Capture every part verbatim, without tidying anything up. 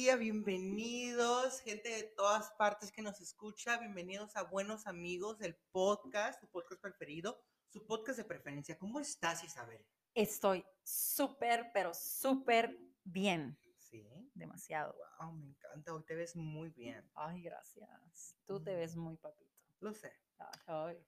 día, bienvenidos, gente de todas partes que nos escucha, bienvenidos a Buenos Amigos, el podcast, su podcast preferido, su podcast de preferencia. ¿Cómo estás, Isabel? Estoy súper, pero súper bien. Sí. Demasiado. Wow, me encanta, hoy te ves muy bien. Ay, gracias. Tú te ves muy papito. Lo sé. Ay.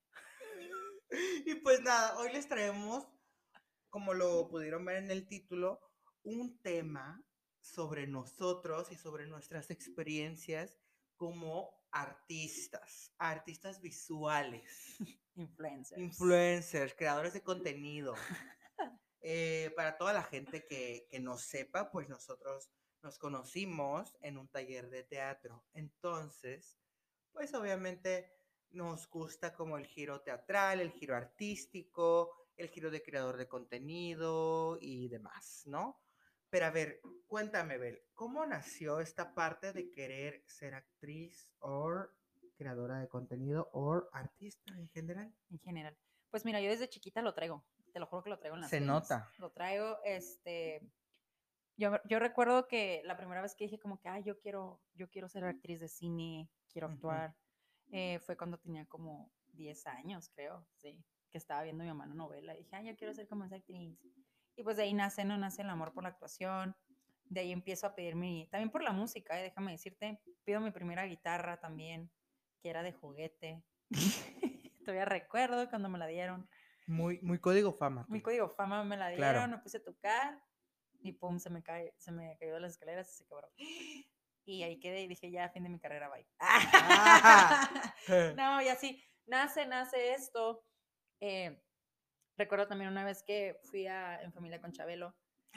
Y pues nada, hoy les traemos, como lo pudieron ver en el título, un tema sobre nosotros y sobre nuestras experiencias como artistas, artistas visuales, Influencers. influencers, creadores de contenido. Eh, para toda la gente que, que no sepa, pues nosotros nos conocimos en un taller de teatro. Entonces, pues obviamente nos gusta como el giro teatral, el giro artístico, el giro de creador de contenido y demás, ¿no? Pero a ver, cuéntame, Bel, ¿cómo nació esta parte de querer ser actriz o creadora de contenido o artista en general? En general. Pues mira, yo desde chiquita lo traigo. Te lo juro que lo traigo en las Se venas. nota. Lo traigo, este. Yo, yo recuerdo que la primera vez que dije como que, ay, yo quiero, yo quiero ser actriz de cine, quiero Ujú. actuar, eh, fue cuando tenía como diez años, creo, sí, que estaba viendo mi mamá una novela y dije, ay, yo quiero ser como esa actriz. Y pues de ahí nace, no nace el amor por la actuación, de ahí empiezo a pedir mi, también por la música, eh, déjame decirte, pido mi primera guitarra también, que era de juguete. Todavía recuerdo cuando me la dieron. Muy, muy código fama Mi tú. código fama me la Claro. dieron, me puse a tocar y pum, se me, cae, se me cayó de las escaleras y se quebró. Y ahí quedé y dije, ya, fin de mi carrera, bye. Ah, No, y así, nace, nace esto. Eh, recuerdo también una vez que fui a En Familia con Chabelo.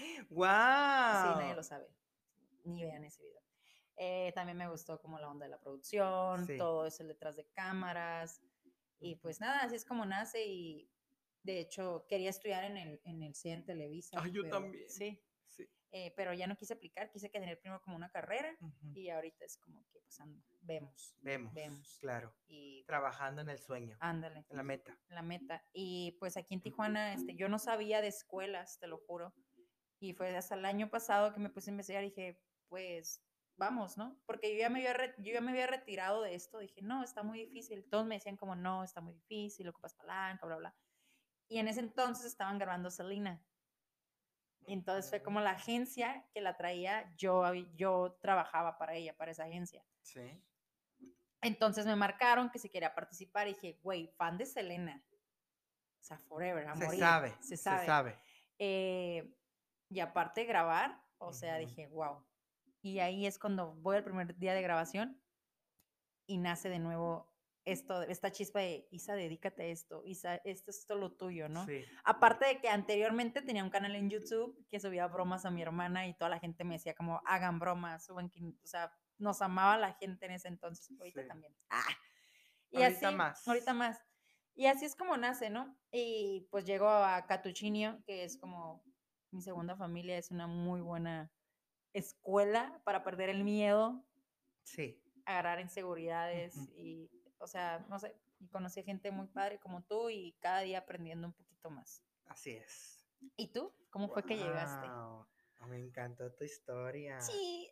Sí, nadie wow. lo sabe, ni vean ese video. Eh, también me gustó como la onda de la producción, Sí. todo eso detrás de cámaras. Y Ujú. pues nada, así es como nace y de hecho quería estudiar en el, en el C I E en Televisa, Ay, yo pero también. sí, Sí. eh, pero ya no quise aplicar, quise tener primero como una carrera Ujú. y ahorita es como que pues ando, vemos, Vemos, vemos claro. y Trabajando en el sueño, ándale, en la meta. la meta. Y pues aquí en Tijuana, este, yo no sabía de escuelas, te lo juro, y fue hasta el año pasado que me puse a investigar y dije, pues vamos, ¿no? Porque yo ya me había, re- yo ya me había retirado de esto, dije, no, está muy difícil. Todos me decían como, no, está muy difícil, ocupas palanca, bla, bla. Y en ese entonces estaban grabando Selena. Y entonces fue como la agencia que la traía, yo, yo trabajaba para ella, para esa agencia. Sí. Entonces me marcaron que si quería participar y dije, güey, fan de Selena. O sea, forever, a Se morir, sabe, se se sabe. sabe. Eh, y aparte grabar, o sea, Ujú. dije, wow. Y ahí es cuando voy al primer día de grabación y nace de nuevo esto, esta chispa de, Isa, dedícate a esto, Isa, esto es todo lo tuyo, ¿no? Sí. Aparte de que anteriormente tenía un canal en YouTube que subía bromas a mi hermana y toda la gente me decía como, hagan bromas, suban, o sea, nos amaba la gente en ese entonces, ahorita Sí. también. Ah, y Ahorita así, ahorita más. más. Y así es como nace, ¿no? Y pues llego a Catuchinio, que es como mi segunda familia, es una muy buena escuela para perder el miedo, Sí. agarrar inseguridades Ujú. y, o sea, no sé, y conocí gente muy padre como tú y cada día aprendiendo un poquito más. Así es. ¿Y tú? ¿Cómo fue que llegaste? Wow. Me encantó tu historia. Sí.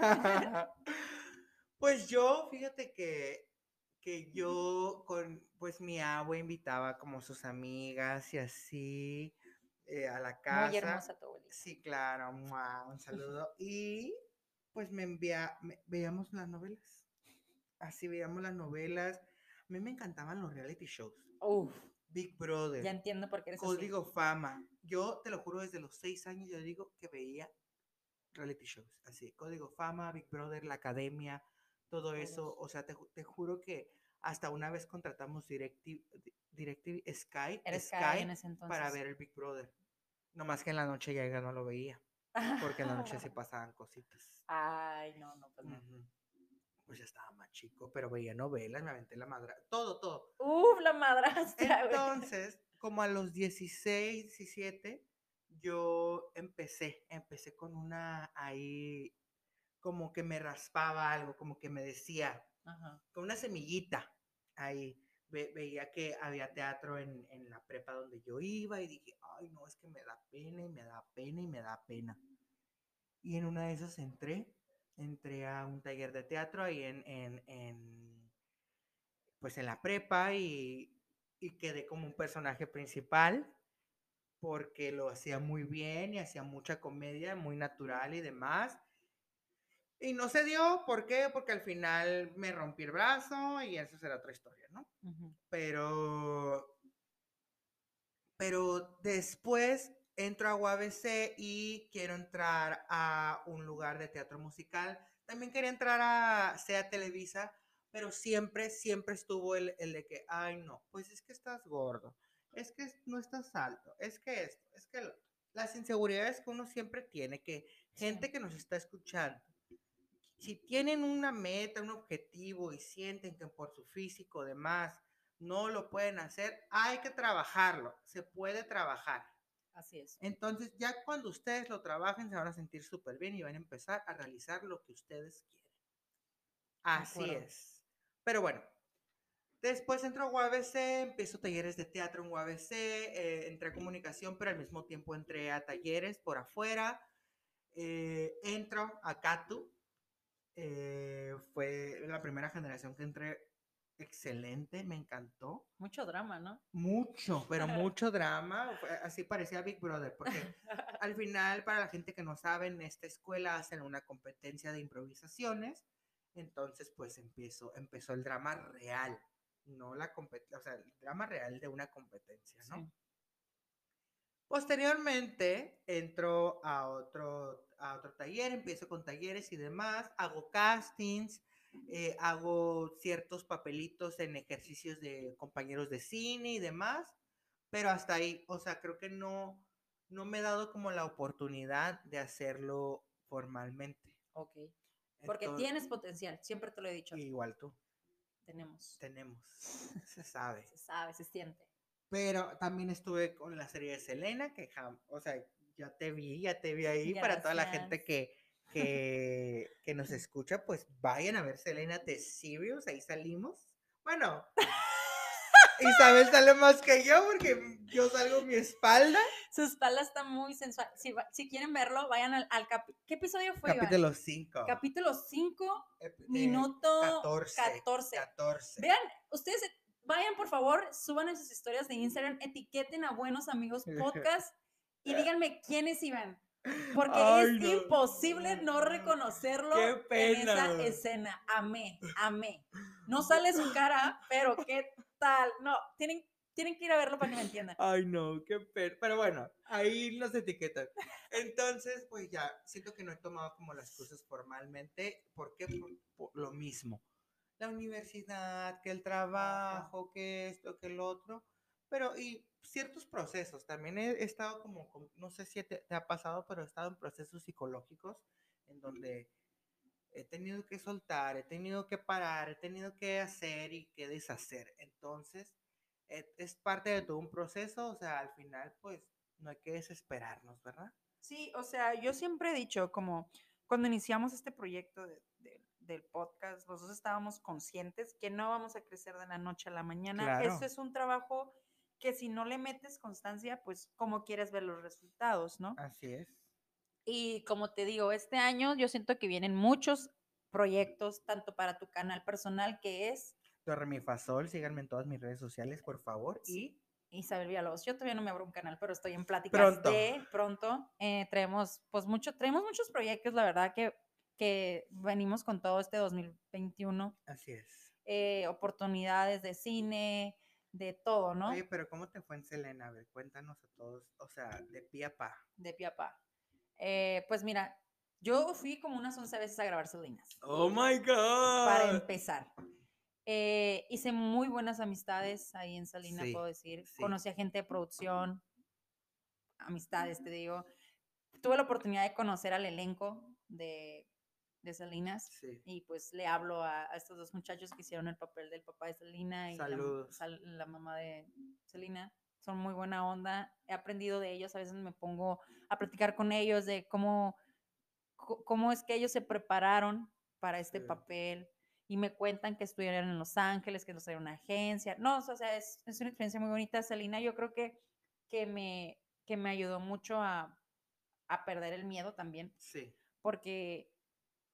Pues yo, fíjate que, que yo con, pues mi abue invitaba como sus amigas y así eh, a la Muy casa. hermosa tu abuelita. Sí, claro, ¡mua! Un saludo. Y pues me envía, me- veíamos las novelas. Así veíamos las novelas. A mí me encantaban los reality shows. Uf, Big ya Brother, entiendo por qué eres así. Código Fama. Yo te lo juro, desde los seis años yo digo que veía reality shows, así, Código Fama, Big Brother, La Academia, todo eso, Todos. o sea, te, te juro que hasta una vez contratamos Directive, Directive Sky, Eres Kai Sky en ese para entonces. ver el Big Brother. No más que en la noche ya no lo veía, porque en la noche sí pasaban cositas. Ay, no, no, pues no. Ujú. Pues ya estaba más chico, pero veía novelas, me aventé la madra, todo, todo. Uf, la madrastra, güey. Entonces, como a los dieciséis, diecisiete, yo empecé, empecé con una ahí como que me raspaba algo, como que me decía, Ajá. con una semillita ahí. Ve, veía que había teatro en, en la prepa donde yo iba y dije, ay, no, es que me da pena y me da pena y me da pena. Y en una de esas entré entré a un taller de teatro ahí en, en, en pues en la prepa y, y quedé como un personaje principal porque lo hacía muy bien y hacía mucha comedia, muy natural y demás. Y no se dio, ¿por qué? Porque al final me rompí el brazo y eso será otra historia, ¿no? Ujú. Pero, pero después entro a U A B C y quiero entrar a un lugar de teatro musical. También quería entrar a sea Televisa, pero siempre, siempre estuvo el, el de que, ay, no, pues es que estás gordo, es que no estás alto, es que esto, es que lo otro. Las inseguridades que uno siempre tiene, que gente Sí, que nos está escuchando, si tienen una meta, un objetivo y sienten que por su físico o demás no lo pueden hacer, hay que trabajarlo, se puede trabajar. así es. Entonces, ya cuando ustedes lo trabajen, se van a sentir súper bien y van a empezar a realizar lo que ustedes quieren. De Así acuerdo. es. Pero bueno, después entro a U A B C, empiezo talleres de teatro en U A B C, eh, entré a comunicación, pero al mismo tiempo entré a talleres por afuera. Eh, entro a CATU, eh, fue la primera generación que entré, excelente, me encantó. Mucho drama, ¿no? Mucho, pero mucho drama. Fue- Así parecía Big Brother, porque al final, para la gente que no sabe, en esta escuela hacen una competencia de improvisaciones. Entonces, pues empezó, empezó el drama real, no la competencia, o sea, el drama real de una competencia, ¿no? Sí. Posteriormente entro a otro, a otro taller, empiezo con talleres y demás, hago castings, eh, hago ciertos papelitos en ejercicios de compañeros de cine y demás, pero hasta ahí, o sea, creo que no, no me he dado como la oportunidad de hacerlo formalmente. Ok. Porque Entonces, tienes potencial, siempre te lo he dicho. igual tú, Tenemos. tenemos, se sabe. Se sabe, se siente. Pero también estuve con la serie de Selena, que, jam- o sea, ya te vi, ya te vi ahí. Para toda la Gracias. gente que, que, que nos escucha, pues vayan a ver Selena de Serious, ahí salimos. Bueno, Isabel sale más que yo porque yo salgo mi espalda. Su espalda está muy sensual. Si, va- si quieren verlo, vayan al, al capi- ¿Qué episodio fue, Iván? Capítulo cinco, Capítulo cinco, eh, minuto catorce, catorce. catorce. Vean, ustedes vayan, por favor, suban en sus historias de Instagram, etiqueten a Buenos Amigos Podcast y díganme quiénes iban. Porque es Ay, no. imposible no reconocerlo Qué en esa pena. escena. Amé, amé. No sale su cara, pero qué tal. No, tienen, tienen que ir a verlo para que me entiendan. Ay, no, qué per... Pero bueno, ahí los etiquetan. Entonces, pues ya, siento que no he tomado como las cosas formalmente. ¿Por qué? Por, por lo mismo. La universidad, que el trabajo, que esto, que el otro. Pero, y ciertos procesos. También he, he estado como, con- no sé si te, te ha pasado, pero he estado en procesos psicológicos en donde he tenido que soltar, he tenido que parar, he tenido que hacer y que deshacer. Entonces, e- es parte de todo un proceso, o sea, al final, pues, no hay que desesperarnos, ¿verdad? Sí, o sea, yo siempre he dicho, como cuando iniciamos este proyecto de- de- del podcast, los dos estábamos conscientes que no vamos a crecer de la noche a la mañana. Esto Claro, es un trabajo que si no le metes constancia, pues cómo quieres ver los resultados, ¿no? así es. Y como te digo, este año yo siento que vienen muchos proyectos, tanto para tu canal personal que es Do, mi, fa, sol, síganme en todas mis redes sociales, por favor, sí, y Isabel Villalobos. Yo todavía no me abro un canal, pero estoy en pláticas pronto, de pronto. Eh, traemos, pues mucho, traemos muchos proyectos, la verdad que, que venimos con todo este dos mil veintiuno. así es. Eh, oportunidades de cine, de todo, Oye, ¿no? pero ¿cómo te fue en Selena? A ver, cuéntanos a todos, o sea, de pie a pa. De pie a pa. Eh, pues mira, yo fui como unas once veces a grabar Salinas, Oh my para God. empezar. Eh, hice muy buenas amistades ahí en Salina, puedo Sí, decir. sí, Conocí a gente de producción, amistades, te digo. Tuve la oportunidad de conocer al elenco de, de Salinas sí. y pues le hablo a, a, estos dos muchachos que hicieron el papel del papá de Selena y la, Saludos. la mamá de Selena. Son muy buena onda. He aprendido de ellos. A veces me pongo a platicar con ellos de cómo, cómo es que ellos se prepararon para este Sí. papel y me cuentan que estudiaron en Los Ángeles, que estudiaron en una agencia. No, o sea, es, es una experiencia muy bonita. Selena, yo creo que, que, me, que me ayudó mucho a, a perder el miedo también, Sí. porque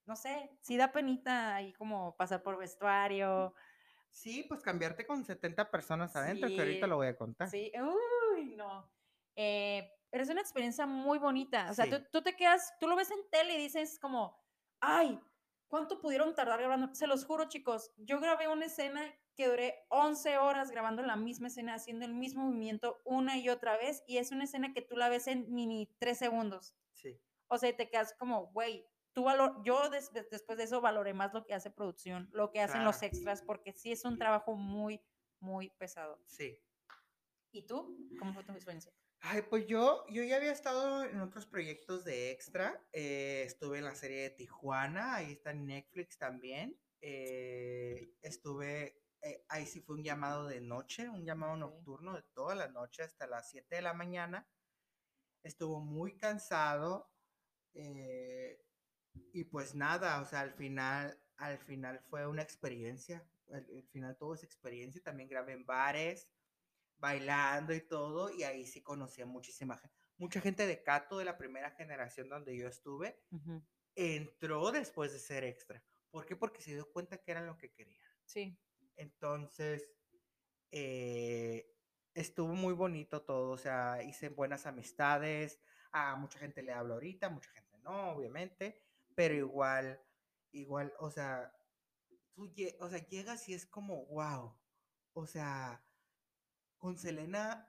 no sé, sí da penita ahí como pasar por vestuario. Sí, pues cambiarte con setenta personas adentro, que ahorita Sí, lo voy a contar. sí, uy, no. Eh, pero es una experiencia muy bonita. O sea, tú, Sí, tú te quedas, tú lo ves en tele y dices como, ay, ¿cuánto pudieron tardar grabando? Se los juro, chicos, yo grabé una escena que duré once horas grabando la misma escena, haciendo el mismo movimiento una y otra vez, y es una escena que tú la ves en mini tres segundos. sí, O sea, te quedas como, güey, tú valor, yo des- des- después de eso valoré más lo que hace producción, lo que hacen claro, los extras, porque sí es un trabajo muy, muy pesado. sí. ¿Y tú? ¿Cómo fue tu experiencia? Ay, pues yo, yo ya había estado en otros proyectos de extra. Eh, estuve en la serie de Tijuana, ahí está en Netflix también. Eh, estuve, eh, ahí sí fue un llamado de noche, un llamado Ok. nocturno de toda la noche hasta las siete de la mañana. Estuvo muy cansado. eh, y pues nada, o sea, al final, al final fue una experiencia. Al, al final todo es experiencia. También grabé en bares, bailando y todo, y ahí sí conocí a muchísima gente. Mucha gente de Cato, de la primera generación donde yo estuve, Ujú. entró después de ser extra. ¿Por qué? Porque se dio cuenta que era lo que quería. Sí, Entonces, eh, estuvo muy bonito todo, o sea, hice buenas amistades, a mucha gente le hablo ahorita, mucha gente no, obviamente, pero igual, igual, o sea, tú lle- o sea, llegas y es como, wow, o sea, con Selena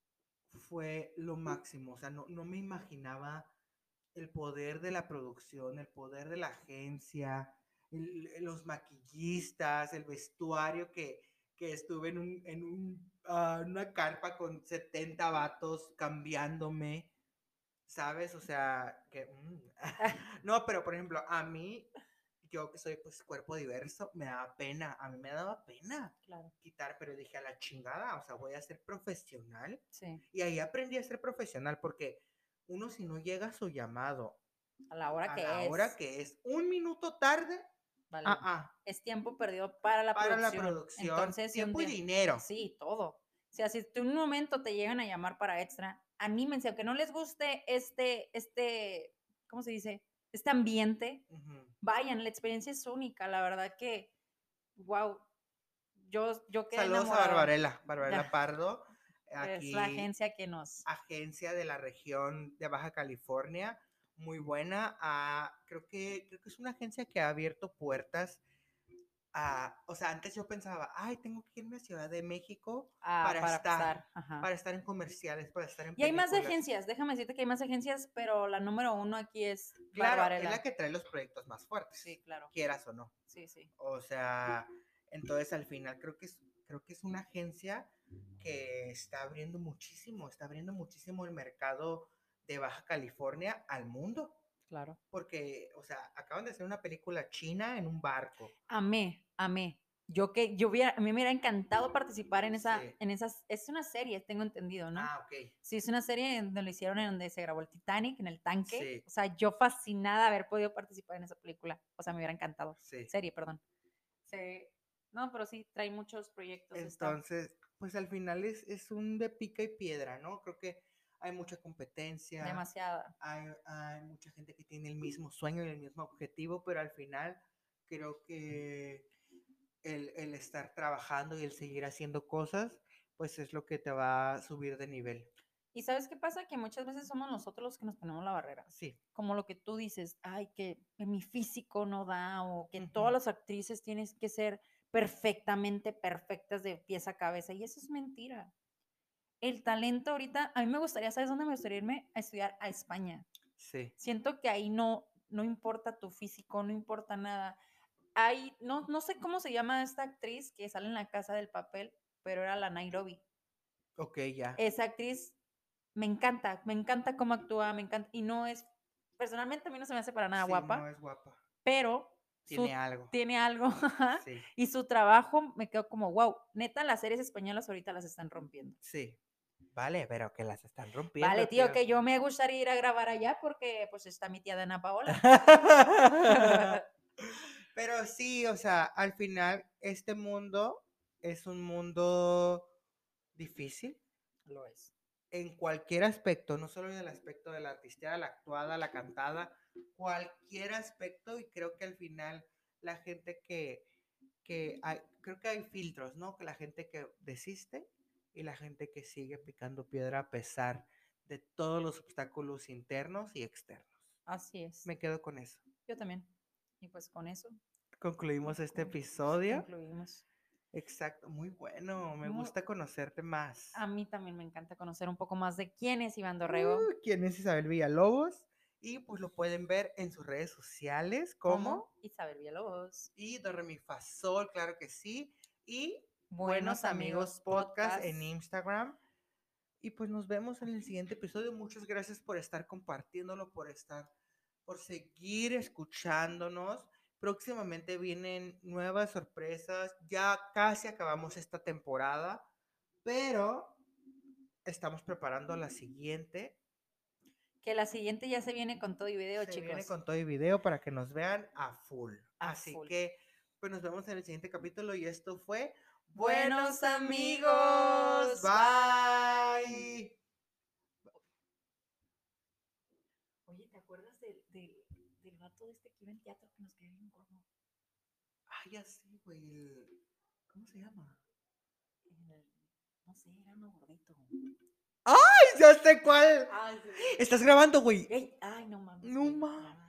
fue lo máximo, o sea, no, no me imaginaba el poder de la producción, el poder de la agencia, el- los maquillistas, el vestuario que, que estuve en, un, en un, ah, una carpa con setenta vatos cambiándome, ¿sabes? O sea, que... mm. No, pero por ejemplo, a mí, yo que soy pues cuerpo diverso, me daba pena, a mí me daba pena claro, quitar, pero dije a la chingada, o sea, voy a ser profesional. sí. Y ahí aprendí a ser profesional porque uno si no llega a su llamado A la hora a la que hora es, que es un minuto tarde, vale, ah, ah, es tiempo perdido para la para la producción. producción, Entonces, si un tiempo y día, dinero. sí, todo. O sea, si tú en un momento te llegan a llamar para extra, anímense, aunque no les guste este, este, ¿cómo se dice? Este ambiente, Ujú. vayan, la experiencia es única, la verdad que, wow, yo, yo quedé Saludos a enamorada. Barbarella, Barbarella Pardo, Es la aquí agencia que nos, agencia de la región de Baja California, muy buena. Ah, creo que creo que es una agencia que ha abierto puertas a, o sea, antes yo pensaba, ay, tengo que irme a Ciudad de México ah, para para estar, pasar, ajá. para estar en comerciales, para estar en Y hay más de películas. agencias, déjame decirte que hay más agencias, pero la número uno aquí es Claro, es la Barbarella. que trae los proyectos más fuertes, Sí, claro. quieras o no. Sí, sí. O sea, entonces al final creo que es, creo que es una agencia que está abriendo muchísimo, está abriendo muchísimo el mercado de Baja California al mundo. Claro. Porque, o sea, acaban de hacer una película china en un barco. Amé, amé. Yo que yo hubiera, a mí me hubiera encantado participar en esa, Sí. en esas, es una serie, tengo entendido, ¿no? Ah, ok. Sí, es una serie en donde lo hicieron en donde se grabó el Titanic, en el tanque. Sí, O sea, yo fascinada de haber podido participar en esa película. O sea, me hubiera encantado. sí. Serie, perdón. Sí. No, pero sí, trae muchos proyectos esta. Entonces, pues al final es, es un de pica y piedra, ¿no? Creo que hay mucha competencia, Demasiada. hay, hay mucha gente que tiene el mismo sueño y el mismo objetivo, pero al final creo que el, el estar trabajando y el seguir haciendo cosas, pues es lo que te va a subir de nivel. ¿Y sabes qué pasa? Que muchas veces somos nosotros los que nos ponemos la barrera. Sí. Como lo que tú dices, ay, que, que mi físico no da, o que todas Ujú. las actrices tienen que ser perfectamente perfectas de pies a cabeza. Y eso es mentira. El talento ahorita, a mí me gustaría, ¿sabes dónde me gustaría irme? A estudiar a España. Sí. Siento que ahí no, no importa tu físico, no importa nada. Hay, no, no sé cómo se llama esta actriz que sale en La Casa del Papel, pero era la Nairobi. Ok, ya. Esa actriz me encanta, me encanta cómo actúa, me encanta, y no es, personalmente a mí no se me hace para nada Sí, no guapa, es guapa. pero Tiene su, algo. tiene algo, Sí, y su trabajo me quedó como, wow, neta, las series españolas ahorita las están rompiendo. sí. Vale, pero que las están Vale, rompiendo, tío, tío. que yo me gustaría ir a grabar allá porque pues está mi tía Dana Paola. Pero sí, o sea, al final este mundo es un mundo difícil, Lo es. en cualquier aspecto, no solo en el aspecto de la artisteada, la actuada, la cantada, cualquier aspecto, y creo que al final la gente que, que hay, creo que hay filtros, ¿no? Que la gente que desiste y la gente que sigue picando piedra a pesar de todos los obstáculos internos y externos. Así es. Me quedo con eso. Yo también. Y pues con eso Concluimos este con- episodio. concluimos. Exacto, muy bueno, me Muy- gusta conocerte más. A mí también me encanta conocer un poco más de quién es Iván Dorrego. Uh, ¿quién es Isabel Villalobos? Y pues lo pueden ver en sus redes sociales como Isabel Villalobos. y Do Re Mi Fa Sol, claro que sí. Y Buenos Buenos Amigos Amigos Podcast Podcast. en Instagram. Y pues nos vemos en el siguiente episodio. Muchas gracias por estar compartiéndolo, por estar, por seguir escuchándonos. Próximamente vienen nuevas sorpresas. Ya casi acabamos esta temporada, pero estamos preparando la siguiente. Que la siguiente ya se viene con todo y video, Se chicos. viene con todo y video para que nos vean a full. A Así full. que pues nos vemos en el siguiente capítulo y esto fue Buenos Amigos. Bye. Oye, ¿te acuerdas del, del, del vato de este que iba en teatro que nos quedó bien gordo? Ay, ya sé, güey. el- ¿Cómo se llama? El- no sé, era uno gordito. ¡Ay, ya sé cuál! Ay, sí. ¿Estás grabando, güey? Ey, ay, no mames. No güey, mames. ya